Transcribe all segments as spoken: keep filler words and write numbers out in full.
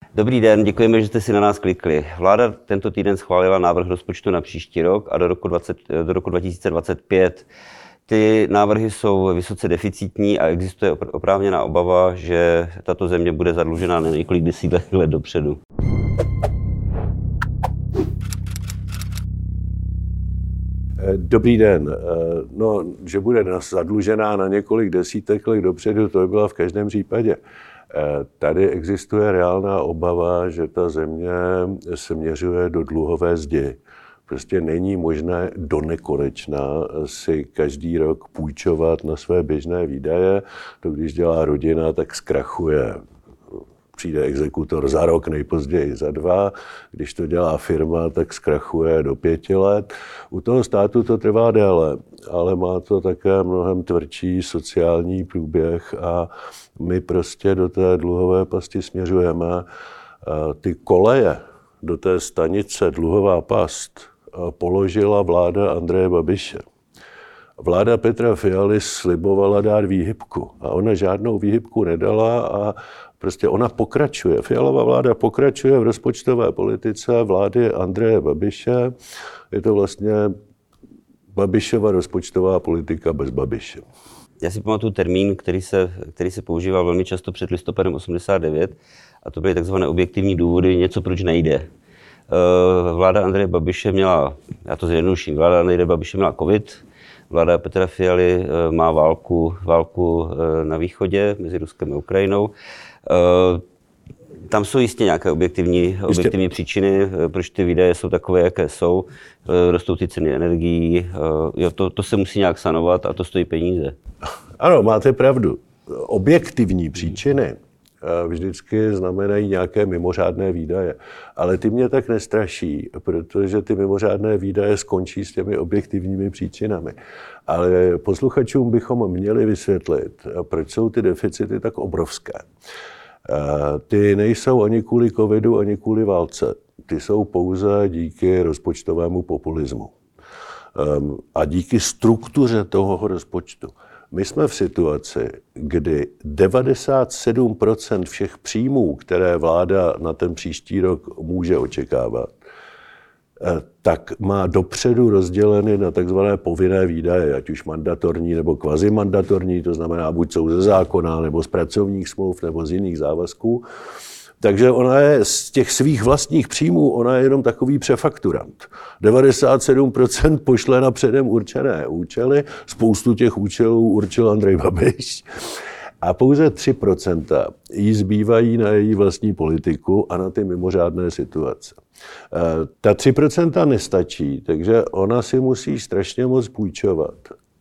Dobrý den, děkujeme, že jste si na nás klikli. Vláda tento týden schválila návrh rozpočtu na příští rok a do roku, dvacet, do roku dva tisíce dvacet pět. Ty návrhy jsou vysoce deficitní a existuje oprávněná obava, že tato země bude zadlužená na několik desítek let dopředu. Dobrý den. No, že bude zadlužená na několik desítek let dopředu, to by byla v každém případě. Tady existuje reálná obava, že ta země se měřuje do dluhové zdi. Prostě není možné do nekonečna si každý rok půjčovat na své běžné výdaje. To, když dělá rodina, tak zkrachuje. Přijde exekutor za rok, nejpozději za dva. Když to dělá firma, tak zkrachuje do pěti let. U toho státu to trvá déle, ale má to také mnohem tvrdší sociální průběh a my prostě do té dluhové pasti směřujeme. Ty koleje do té stanice dluhová past položila vláda Andreje Babiše. Vláda Petra Fialy slibovala dát výhybku a ona žádnou výhybku nedala a prostě ona pokračuje. Fialova vláda pokračuje v rozpočtové politice vlády Andreje Babiše. Je to vlastně Babišova rozpočtová politika bez Babiše. Já si pamatuju termín, který se, který se používal velmi často před listopadem osmdesát devět, a to byly takzvané objektivní důvody, něco proč nejde. Vláda Andreje Babiše měla, já to zjednoduším, vláda Andreje Babiše měla covid, vláda Petra Fialy má válku, válku na východě mezi Ruskem a Ukrajinou. Tam jsou jistě nějaké objektivní, objektivní příčiny, proč ty výdaje jsou takové, jaké jsou. Rostou ty ceny energií, jo, to, to se musí nějak sanovat a to stojí peníze. Ano, máte pravdu. Objektivní příčiny vždycky znamenají nějaké mimořádné výdaje. Ale ty mě tak nestraší, protože ty mimořádné výdaje skončí s těmi objektivními příčinami. Ale posluchačům bychom měli vysvětlit, proč jsou ty deficity tak obrovské. Ty nejsou ani kvůli covidu, ani kvůli válce. Ty jsou pouze díky rozpočtovému populismu. A díky struktuře toho rozpočtu. My jsme v situaci, kdy devadesát sedm procent všech příjmů, které vláda na ten příští rok může očekávat, tak má dopředu rozděleny na takzvané povinné výdaje, ať už mandatorní nebo kvazimandatorní, to znamená buď jsou ze zákona, nebo z pracovních smluv, nebo z jiných závazků. Takže ona je z těch svých vlastních příjmů, ona je jenom takový přefakturant. devadesát sedm procent pošle na předem určené účely, spoustu těch účelů určil Andrej Babiš. A pouze tři procenta jí zbývají na její vlastní politiku a na ty mimořádné situace. Ta tři procenta nestačí, takže ona si musí strašně moc půjčovat.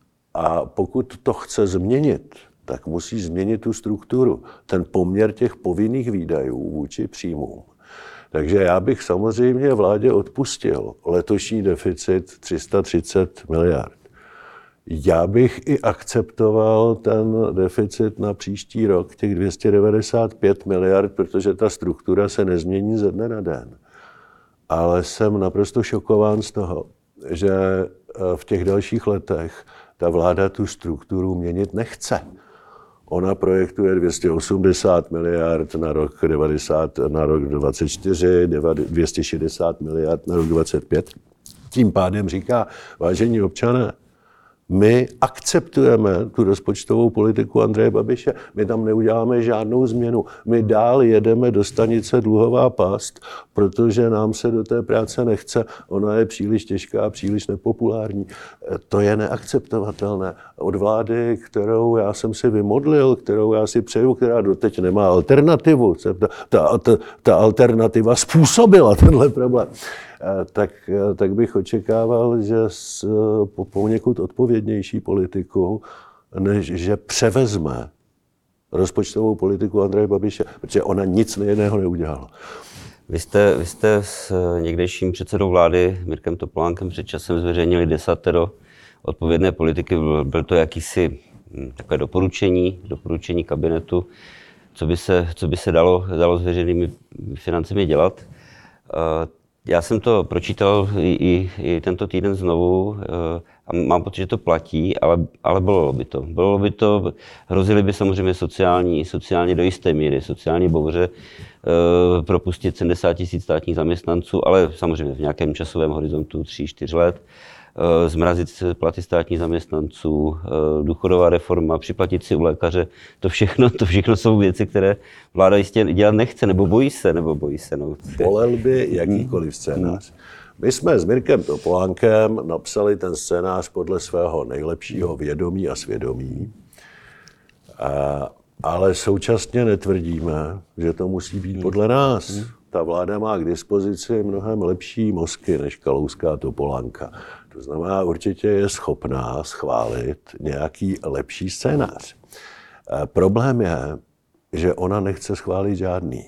A pokud to chce změnit, tak musí změnit tu strukturu, ten poměr těch povinných výdajů vůči příjmům. Takže já bych samozřejmě vládě odpustil letošní deficit tři sta třicet miliard. Já bych i akceptoval ten deficit na příští rok, těch dvě stě devadesát pět miliard, protože ta struktura se nezmění ze dne na den. Ale jsem naprosto šokován z toho, že v těch dalších letech ta vláda tu strukturu měnit nechce. Ona projektuje dvě stě osmdesát miliard na rok devadesát, na rok dvacet čtyři, dvě stě šedesát miliard na rok dvacet pět. Tím pádem říká, vážení občané, my akceptujeme tu rozpočtovou politiku Andreje Babiše, my tam neuděláme žádnou změnu. My dál jedeme do stanice dluhová past, protože nám se do té práce nechce, ona je příliš těžká, příliš nepopulární. To je neakceptovatelné. Od vlády, kterou já jsem si vymodlil, kterou já si přeju, která doteď nemá alternativu, ta, ta, ta, ta alternativa způsobila tenhle problém. Tak, tak bych očekával, že s poněkud odpovědnější politikou, než že převezme rozpočtovou politiku Andreje Babiše, protože ona nic jiného neudělala. Vy jste, vy jste s někdejším předsedou vlády Mirkem Topolánkem před časem zveřejnili desatero odpovědné politiky. Byl to jakýsi takové doporučení, doporučení kabinetu, co by se, co by se dalo, dalo s veřejnými financemi dělat. Já jsem to pročítal i, i, i tento týden znovu a mám pocit, že to platí, ale, ale bylo by to. Bylo by to, hrozily by samozřejmě sociální, sociálně do jisté míry, sociální bouře, e, propustit sedmdesát tisíc státních zaměstnanců, ale samozřejmě v nějakém časovém horizontu tři čtyři let, e, zmrazit platy státních zaměstnanců, e, důchodová reforma, připlatit si u lékaře, to všechno, to všechno jsou věci, které vláda jistě dělat nechce, nebo bojí se, nebo bojí se. No. Bolel by jakýkoliv scénář. My jsme s Mirkem Topolánkem napsali ten scénář podle svého nejlepšího vědomí a svědomí, a, ale současně netvrdíme, že to musí být podle nás. Ta vláda má k dispozici mnohem lepší mozky než Kalouska a Topolánka. To znamená, určitě je schopná schválit nějaký lepší scénář. A problém je, že ona nechce schválit žádný.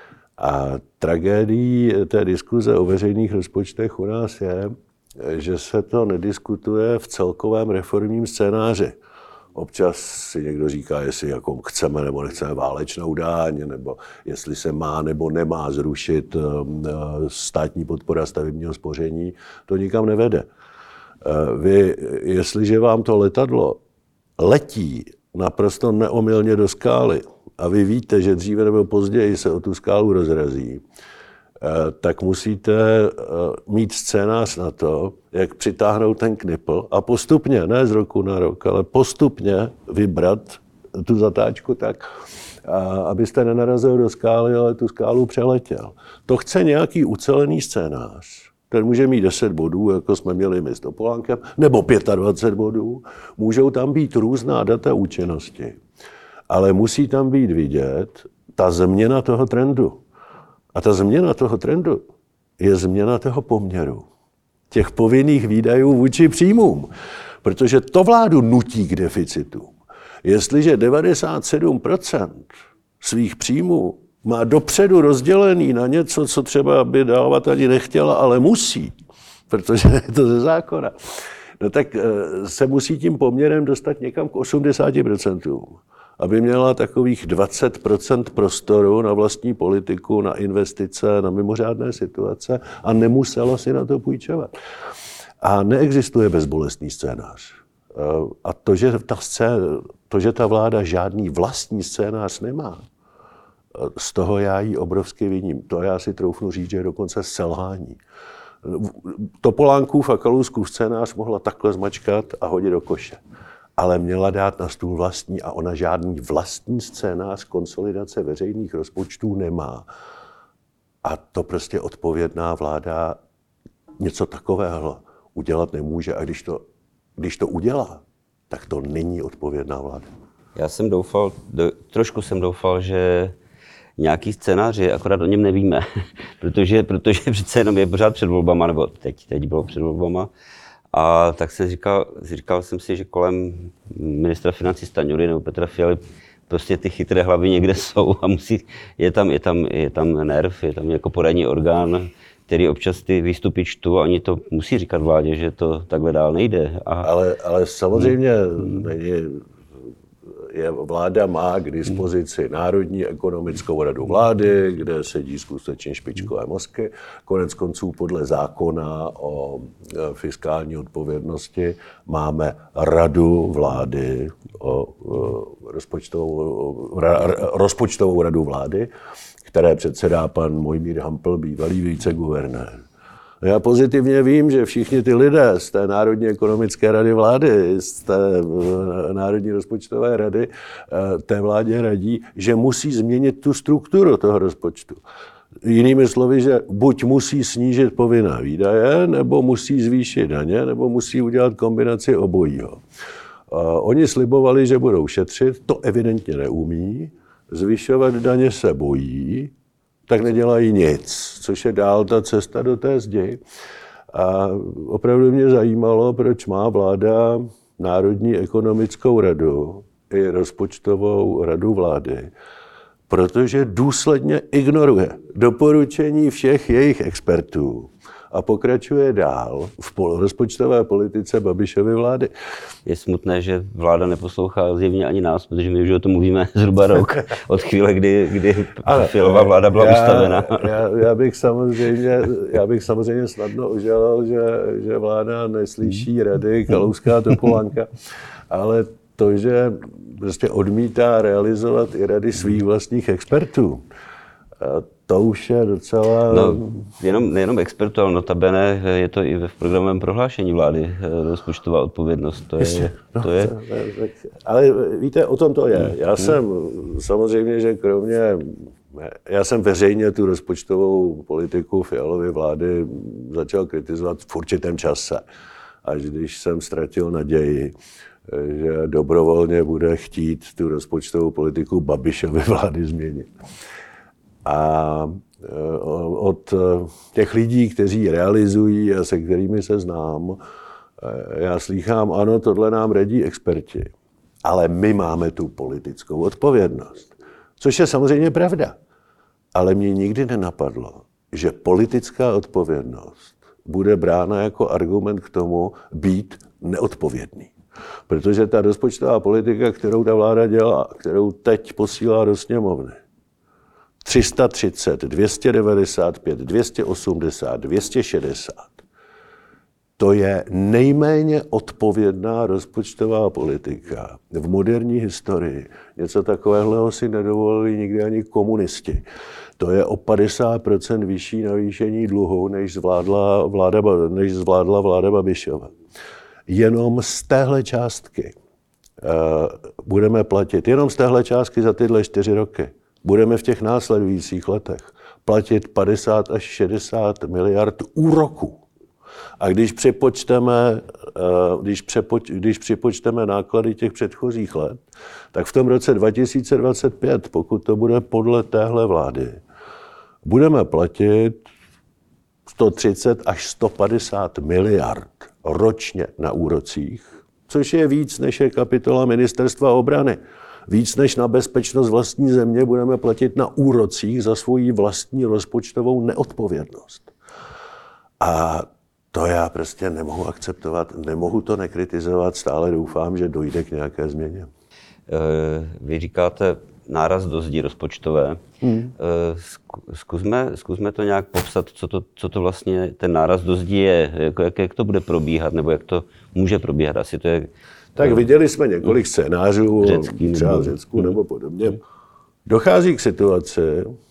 A tragédií té diskuze o veřejných rozpočtech u nás je, že se to nediskutuje v celkovém reformním scénáři. Občas si někdo říká, jestli jako chceme nebo nechceme válečnou daň, nebo jestli se má nebo nemá zrušit státní podpora stavebního spoření. To nikam nevede. Vy, jestliže vám to letadlo letí naprosto neomylně do skály, a vy víte, že dříve nebo později se o tu skálu rozrazí, tak musíte mít scénář na to, jak přitáhnout ten knipl a postupně, ne z roku na rok, ale postupně vybrat tu zatáčku tak, abyste nenarazil do skály, ale tu skálu přeletěl. To chce nějaký ucelený scénář. Ten může mít deset bodů, jako jsme měli my s Topolánkem, nebo dvacet pět bodů. Můžou tam být různá data účinnosti. Ale musí tam být vidět ta změna toho trendu. A ta změna toho trendu je změna toho poměru. Těch povinných výdajů vůči příjmům. Protože to vládu nutí k deficitům. Jestliže devadesát sedm procent svých příjmů má dopředu rozdělený na něco, co třeba by dávat ani nechtěla, ale musí, protože je to ze zákona, no tak se musí tím poměrem dostat někam k osmdesáti procentům. Aby měla takových dvacet procent prostoru na vlastní politiku, na investice, na mimořádné situace a nemusela si na to půjčovat. A neexistuje bezbolestný scénář. A to, že ta, scén, to, že ta vláda žádný vlastní scénář nemá, z toho já jí obrovsky viním. To já si troufnu říct, že je dokonce selhání. Topolánkův a Kalouskův scénář mohla takhle zmačkat a hodit do koše. Ale měla dát na stůl vlastní a ona žádný vlastní scénář konsolidace veřejných rozpočtů nemá. A to prostě odpovědná vláda něco takového udělat nemůže. A když to, když to udělá, tak to není odpovědná vláda. Já jsem doufal, do, trošku jsem doufal, že nějaký scénář je, akorát o něm nevíme. protože, protože přece jenom je pořád před volbama, nebo teď, teď bylo před volbama. A tak se říkal, říkal jsem si, že kolem ministra financí Stanjury nebo Petra Fialy prostě ty chytré hlavy někde jsou a musí, je tam, je tam, je tam nerv, je tam jako poradní orgán, který občas ty výstupy čtu a oni to musí říkat vládě, že to takhle dál nejde. A... Ale, ale samozřejmě hmm. není, je, vláda má k dispozici Národní ekonomickou radu vlády, kde sedí skutečně špičkové mozky. Konec konců podle zákona o fiskální odpovědnosti máme radu vlády, o, o rozpočtovou, ra, rozpočtovou radu vlády, které předsedá pan Mojmír Hampl, bývalý viceguvernér. Já pozitivně vím, že všichni ty lidé z té Národní ekonomické rady vlády, z té Národní rozpočtové rady, té vládě radí, že musí změnit tu strukturu toho rozpočtu. Jinými slovy, že buď musí snížit povinné výdaje, nebo musí zvýšit daně, nebo musí udělat kombinaci obojího. Oni slibovali, že budou šetřit, to evidentně neumí, zvyšovat daně se bojí, tak nedělají nic, což je dál ta cesta do té zdi. A opravdu mě zajímalo, proč má vláda Národní ekonomickou radu i rozpočtovou radu vlády, protože důsledně ignoruje doporučení všech jejich expertů a pokračuje dál v pol- rozpočtové politice Babišovy vlády. Je smutné, že vláda neposlouchá zjevně ani nás, protože my už o tom mluvíme zhruba rok od chvíle, kdy, kdy Fialová vláda byla já, ustavena. Já, já, bych samozřejmě, já bych samozřejmě snadno ožalal, že, že vláda neslyší rady Kalouska a Topolánka, ale to, že prostě odmítá realizovat i rady svých vlastních expertů, to už je docela... No, jenom, nejenom expertů, ale notabene je to i v programovém prohlášení vlády, rozpočtová odpovědnost. To je, no, to je... To, tak, ale víte, o tom to je. Já jsem samozřejmě, že kromě... Já jsem veřejně tu rozpočtovou politiku Fialovy vlády začal kritizovat v určitém čase. Až když jsem ztratil naději, že dobrovolně bude chtít tu rozpočtovou politiku Babišovy vlády změnit. A od těch lidí, kteří realizují a se kterými se znám, já slýchám, ano, tohle nám radí experti, ale my máme tu politickou odpovědnost. Což je samozřejmě pravda. Ale mě nikdy nenapadlo, že politická odpovědnost bude brána jako argument k tomu být neodpovědný. Protože ta rozpočtová politika, kterou ta vláda dělá, kterou teď posílá do sněmovny, tři sta třicet, dvě stě devadesát pět, dvě stě osmdesát, dvě stě šedesát, to je nejméně odpovědná rozpočtová politika v moderní historii. Něco takového si nedovolili nikdy ani komunisti. To je o padesát procent vyšší navýšení dluhu, než zvládla vláda, než zvládla vláda Babišova. Jenom z téhle částky uh, budeme platit, jenom z téhle částky za tyhle čtyři roky, budeme v těch následujících letech platit padesát až šedesát miliard úroků. A když připočteme, když, přepoč, když připočteme náklady těch předchozích let, tak v tom roce dva tisíce dvacet pět, pokud to bude podle téhle vlády, budeme platit sto třicet až sto padesát miliard ročně na úrocích, což je víc, než je kapitola Ministerstva obrany. Víc než na bezpečnost vlastní země budeme platit na úrocích za svoji vlastní rozpočtovou neodpovědnost. A to já prostě nemohu akceptovat, nemohu to nekritizovat, stále doufám, že dojde k nějaké změně. Vy říkáte náraz do zdi rozpočtové. Hmm. Zkusme, zkusme to nějak popsat, co to, co to vlastně ten náraz do zdi je, jak, jak, jak to bude probíhat, nebo jak to může probíhat. Asi to je... Tak viděli jsme několik scénářů, Řecký, třeba nebo... v Řecku nebo podobně. Dochází k situaci,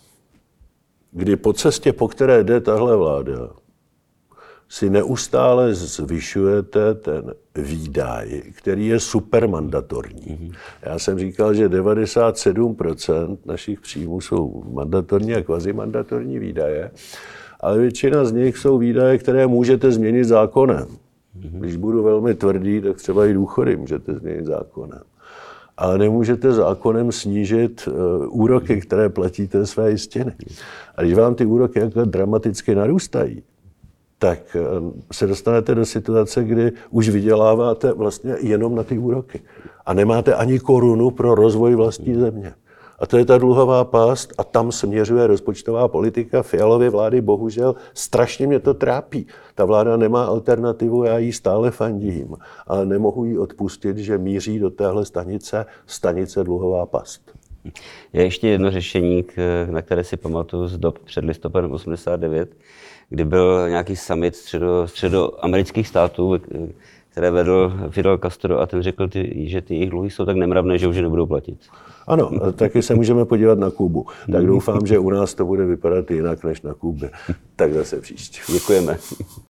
kdy po cestě, po které jde tahle vláda, si neustále zvyšujete ten výdaj, který je supermandatorní. Mm-hmm. Já jsem říkal, že devadesát sedm procent našich příjmů jsou mandatorní a kvazimandatorní výdaje, ale většina z nich jsou výdaje, které můžete změnit zákonem. Mm-hmm. Když budu velmi tvrdý, tak třeba i důchody můžete změnit zákonem. Ale nemůžete zákonem snížit uh, úroky, které platíte své jistiny. A když vám ty úroky jako dramaticky narůstají, tak se dostanete do situace, kdy už vyděláváte vlastně jenom na ty úroky. A nemáte ani korunu pro rozvoj vlastní země. A to je ta dluhová past a tam směřuje rozpočtová politika Fialovy vlády. Bohužel strašně mě to trápí. Ta vláda nemá alternativu, já jí stále fandím, ale nemohu jí odpustit, že míří do téhle stanice, stanice dluhová past. Je ještě jedno řešení, na které si pamatuju z dob před listopadem osmdesát devět, kdy byl nějaký summit středo, středoamerických států, které vedl Fidel Castro a ten řekl, ty, že ty jejich dluhy jsou tak nemravné, že už je nebudou platit. Ano, taky se můžeme podívat na Kubu. Tak doufám, že u nás to bude vypadat jinak než na Kubě. Tak zase příště. Děkujeme.